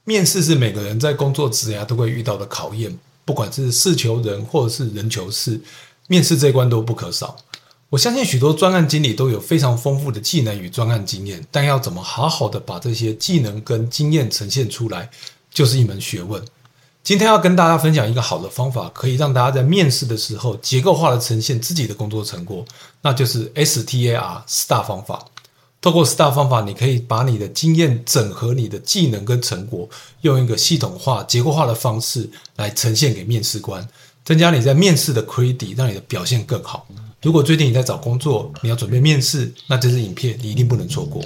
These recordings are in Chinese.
面试是每个人在工作职涯都会遇到的考验，不管是事求人或者是人求事，面试这一关都不可少。我相信许多专案经理都有非常丰富的技能与专案经验，但要怎么好好的把这些技能跟经验呈现出来，就是一门学问。今天要跟大家分享一个好的方法，可以让大家在面试的时候结构化的呈现自己的工作成果，那就是 STAR 方法。透过 STAR 方法，你可以把你的经验整合你的技能跟成果，用一个系统化、结构化的方式来呈现给面试官，增加你在面试的 credit， 让你的表现更好。如果最近你在找工作，你要准备面试，那这支影片你一定不能错过。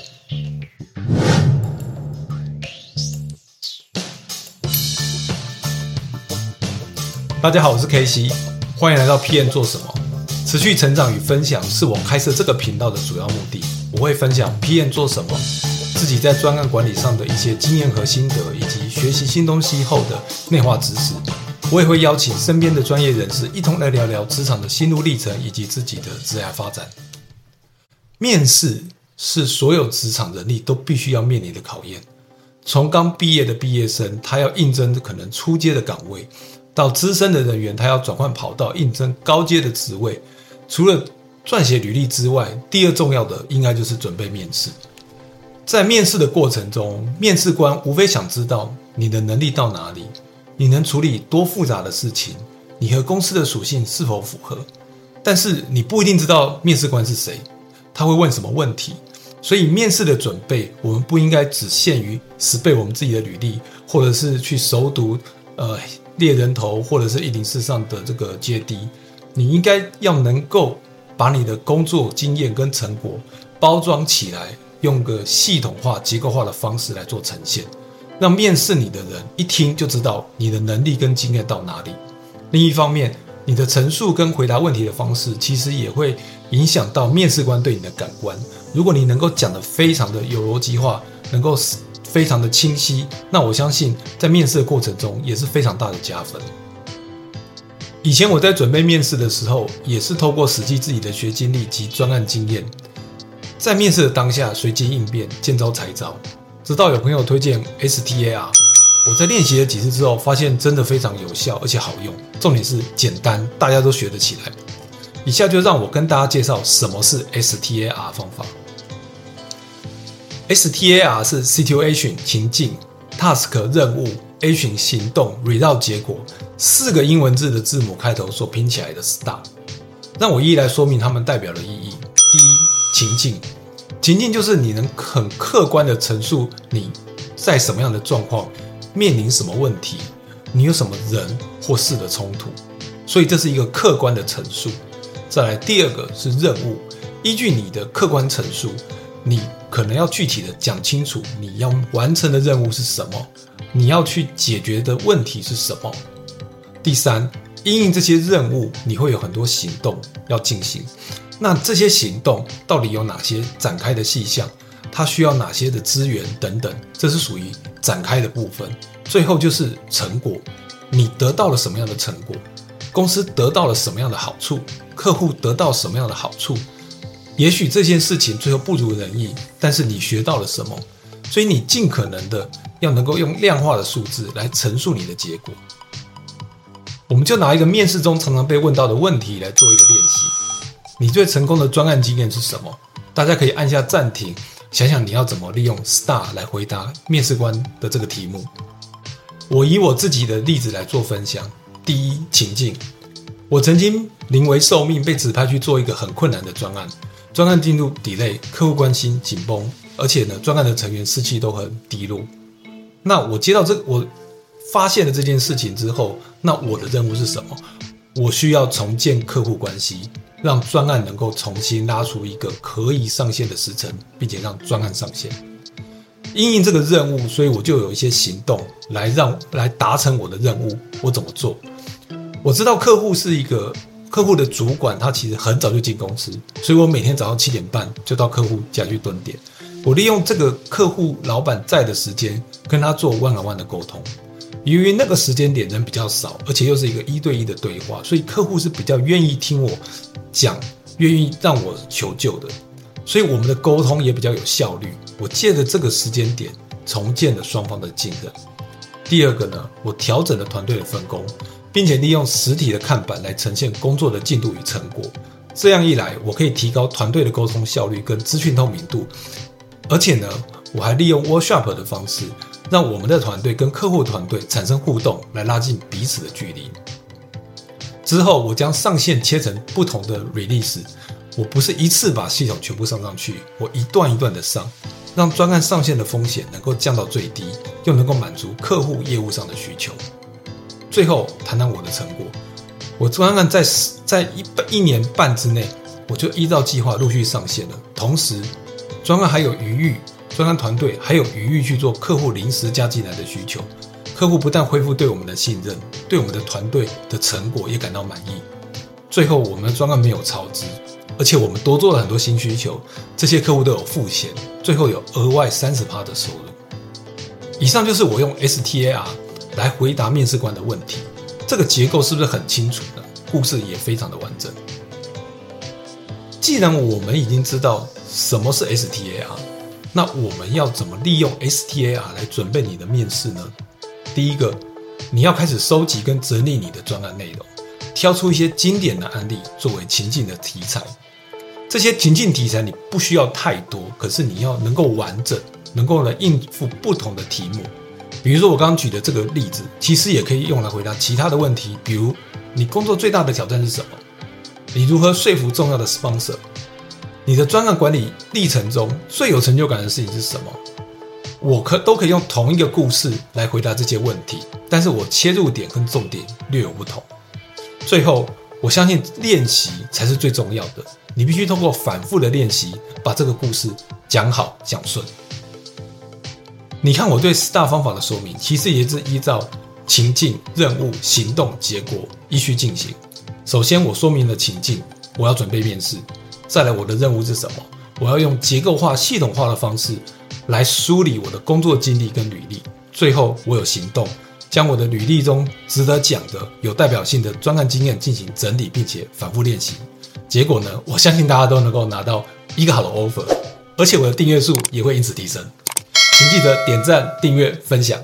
大家好，我是 KC， 欢迎来到 PM 做什么。持续成长与分享是我开设这个频道的主要目的。我会分享 PM 做什么，自己在专案管理上的一些经验和心得，以及学习新东西后的内化知识。我也会邀请身边的专业人士一同来聊聊职场的心路历程以及自己的职业发展。面试是所有职场人力都必须要面临的考验。从刚毕业的毕业生，他要应征可能初阶的岗位，到资深的人员，他要转换跑道应征高阶的职位。除了撰写履历之外，第二重要的应该就是准备面试。在面试的过程中，面试官无非想知道你的能力到哪里，你能处理多复杂的事情，你和公司的属性是否符合。但是你不一定知道面试官是谁，他会问什么问题。所以面试的准备，我们不应该只限于死背我们自己的履历，或者是去熟读猎人头或者是104上的这个阶梯。你应该要能够把你的工作经验跟成果包装起来，用个系统化、结构化的方式来做呈现，让面试你的人一听就知道你的能力跟经验到哪里。另一方面，你的陈述跟回答问题的方式，其实也会影响到面试官对你的感官。如果你能够讲得非常的有逻辑化，能够非常的清晰，那我相信在面试的过程中也是非常大的加分。以前我在准备面试的时候，也是透过实际自己的学经历及专案经验，在面试的当下随机应变，见招拆招。直到有朋友推荐 STAR， 我在练习了几次之后，发现真的非常有效，而且好用。重点是简单，大家都学得起来。以下就让我跟大家介绍什么是 STAR 方法。STAR 是 Situation 情境、Task 任务、Action 行动、Result 结果，4个英文字的字母开头所拼起来的 STAR。让我一一来说明它们代表的意义。第一，情境。情境就是你能很客观的陈述你在什么样的状况，面临什么问题，你有什么人或事的冲突，所以这是一个客观的陈述。再来，第二个是任务。依据你的客观陈述，你可能要具体的讲清楚你要完成的任务是什么，你要去解决的问题是什么。第三，因应这些任务，你会有很多行动要进行。那这些行动到底有哪些展开的细项，它需要哪些的资源等等，这是属于展开的部分。最后就是成果，你得到了什么样的成果，公司得到了什么样的好处，客户得到什么样的好处。也许这件事情最后不如人意，但是你学到了什么，所以你尽可能的要能够用量化的数字来陈述你的结果。我们就拿一个面试中常常被问到的问题来做一个练习。你最成功的专案经验是什么？大家可以按下暂停，想想你要怎么利用 STAR 来回答面试官的这个题目。我以我自己的例子来做分享。第一，情境。我曾经临危受命，被指派去做一个很困难的专案，专案进度 delay， 客户关心紧绷，而且呢，专案的成员士气都很低落。那我发现了这件事情之后，那我的任务是什么？我需要重建客户关系，让专案能够重新拉出一个可以上线的时程，并且让专案上线。因应这个任务，所以我就有一些行动来达成我的任务。我怎么做？我知道客户的主管，他其实很早就进公司，所以我每天早上7点半就到客户家去蹲点。我利用这个客户老板在的时间，跟他做1on1的沟通。由于那个时间点人比较少，而且又是一个1对1的对话，所以客户是比较愿意听我讲，愿意让我求救的，所以我们的沟通也比较有效率。我借着这个时间点重建了双方的信任。 第二个呢，我调整了团队的分工，并且利用实体的看板来呈现工作的进度与成果。这样一来，我可以提高团队的沟通效率跟资讯透明度。而且呢，我还利用 workshop 的方式，让我们的团队跟客户团队产生互动，来拉近彼此的距离。之后，我将上线切成不同的 release， 我不是一次把系统全部上去，我一段一段的上，让专案上线的风险能够降到最低，又能够满足客户业务上的需求。最后谈谈我的成果，我专案在1年半之内，我就依照计划陆续上线了。同时，专案还有余裕，专案团队还有余裕去做客户临时加进来的需求。客户不但恢复对我们的信任，对我们的团队的成果也感到满意。最后，我们的专案没有超支，而且我们多做了很多新需求，这些客户都有付钱，最后有额外 30% 的收入。以上就是我用 STAR 来回答面试官的问题，这个结构是不是很清楚呢？故事也非常的完整。既然我们已经知道什么是 STAR， 那我们要怎么利用 STAR 来准备你的面试呢？第一个，你要开始收集跟整理你的专案内容，挑出一些经典的案例作为情境的题材。这些情境题材你不需要太多，可是你要能够完整，能够来应付不同的题目。比如说我刚刚举的这个例子，其实也可以用来回答其他的问题，比如你工作最大的挑战是什么？你如何说服重要的 sponsor？ 你的专案管理历程中最有成就感的事情是什么？我都可以用同一个故事来回答这些问题，但是我切入点跟重点略有不同。最后，我相信练习才是最重要的，你必须通过反复的练习，把这个故事讲好讲顺。你看我对 STAR 方法的说明，其实也是依照情境、任务、行动、结果依序进行。首先我说明了情境，我要准备面试。再来我的任务是什么？我要用结构化、系统化的方式来梳理我的工作经历跟履历。最后我有行动，将我的履历中值得讲的、有代表性的专案经验进行整理，并且反复练习。结果呢，我相信大家都能够拿到一个好的 offer， 而且我的订阅数也会因此提升。请记得点赞、订阅、分享。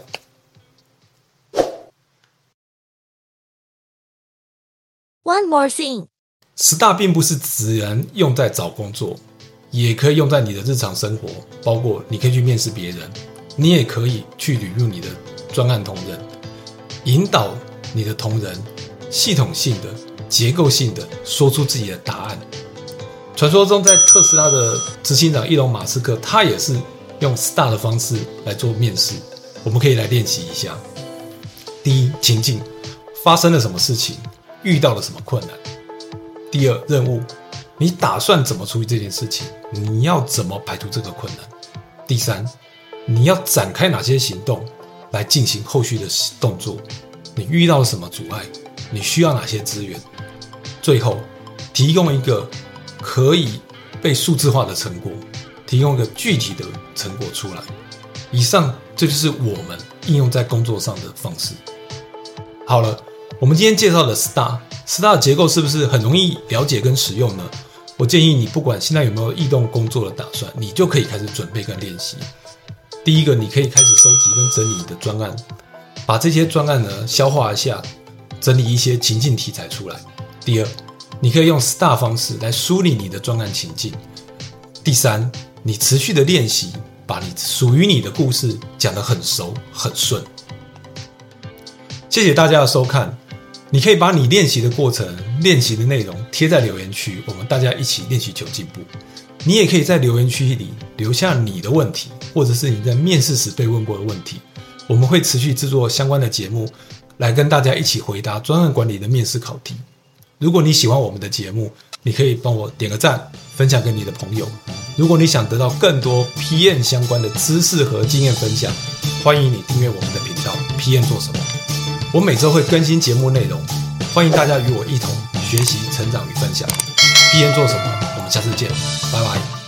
One more thing， STAR 并不是只能用在找工作，也可以用在你的日常生活，包括你可以去面试别人，你也可以去履入你的专案同仁，引导你的同仁系统性的、结构性的说出自己的答案。传说中，在特斯拉的执行长伊隆马斯克，他也是用 STAR 的方式来做面试，我们可以来练习一下。第一，情境，发生了什么事情，遇到了什么困难。第二，任务，你打算怎么处理这件事情，你要怎么排除这个困难。第三，你要展开哪些行动来进行后续的动作，你遇到了什么阻碍，你需要哪些资源。最后，提供一个可以被数字化的成果，提供一个具体的成果出来。以上这就是我们应用在工作上的方式。好了，我们今天介绍的 STAR 的结构是不是很容易了解跟使用呢？我建议你不管现在有没有异动工作的打算，你就可以开始准备跟练习。第一个，你可以开始收集跟整理你的专案，把这些专案呢消化一下，整理一些情境题材出来。第二，你可以用 STAR 方式来梳理你的专案情境。第三，你持续的练习，把你属于你的故事讲得很熟很顺。谢谢大家的收看，你可以把你练习的过程、练习的内容贴在留言区，我们大家一起练习求进步。你也可以在留言区里留下你的问题，或者是你在面试时被问过的问题，我们会持续制作相关的节目，来跟大家一起回答专案管理的面试考题。如果你喜欢我们的节目，你可以帮我点个赞，分享给你的朋友。如果你想得到更多 PM 相关的知识和经验分享，欢迎你订阅我们的频道 PM 做什么。我每周会更新节目内容，欢迎大家与我一同学习、成长与分享。PM 做什么？我们下次见，拜拜。